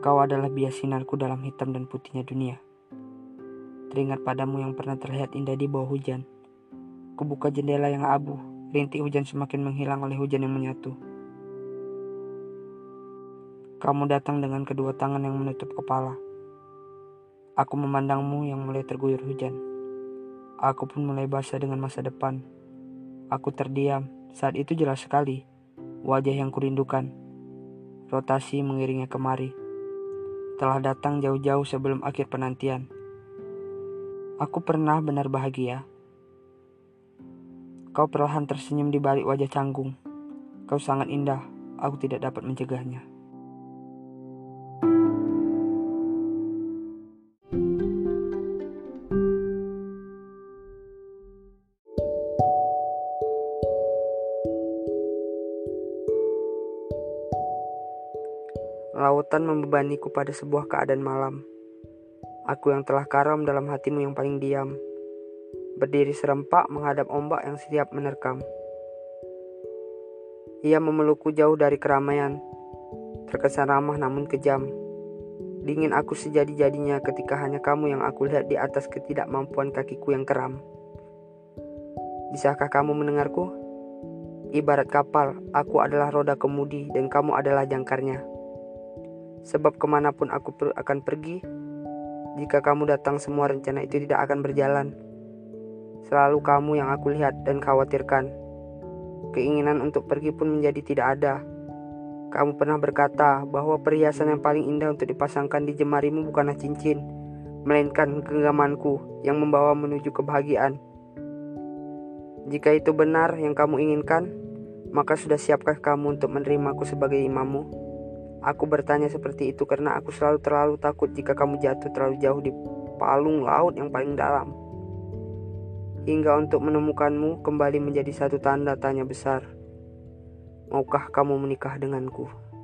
Kau adalah bias sinarku dalam hitam dan putihnya dunia. Teringat padamu yang pernah terlihat indah di bawah hujan. Kubuka jendela yang abu, rintik hujan semakin menghilang oleh hujan yang menyatu. Kamu datang dengan kedua tangan yang menutup kepala. Aku memandangmu yang mulai terguyur hujan. Aku pun mulai basah dengan masa depan. Aku terdiam, saat itu jelas sekali. Wajah yang kurindukan. Rotasi mengiringnya kemari. Telah datang jauh-jauh sebelum akhir penantian. Aku pernah benar bahagia. Kau perlahan tersenyum di balik wajah canggung. Kau sangat indah, aku tidak dapat mencegahnya. Lautan membebaniku pada sebuah keadaan malam. Aku yang telah karam dalam hatimu yang paling diam. Berdiri serempak menghadap ombak yang siap menerkam. Ia memelukku jauh dari keramaian. Terkesan ramah namun kejam. Dingin aku sejadi-jadinya ketika hanya kamu yang aku lihat di atas ketidakmampuan kakiku yang keram. Bisakah kamu mendengarku? Ibarat kapal, aku adalah roda kemudi dan kamu adalah jangkarnya. Sebab kemanapun aku akan pergi, jika kamu datang semua rencana itu tidak akan berjalan. Selalu kamu yang aku lihat dan khawatirkan. Keinginan untuk pergi pun menjadi tidak ada. Kamu pernah berkata bahwa perhiasan yang paling indah untuk dipasangkan di jemarimu bukanlah cincin, melainkan genggamanku yang membawa menuju kebahagiaan. Jika itu benar yang kamu inginkan, maka sudah siapkah kamu untuk menerimaku sebagai imammu? Aku bertanya seperti itu karena aku selalu terlalu takut jika kamu jatuh terlalu jauh di palung laut yang paling dalam. Hingga untuk menemukanmu kembali menjadi satu tanda tanya besar. Maukah kamu menikah denganku?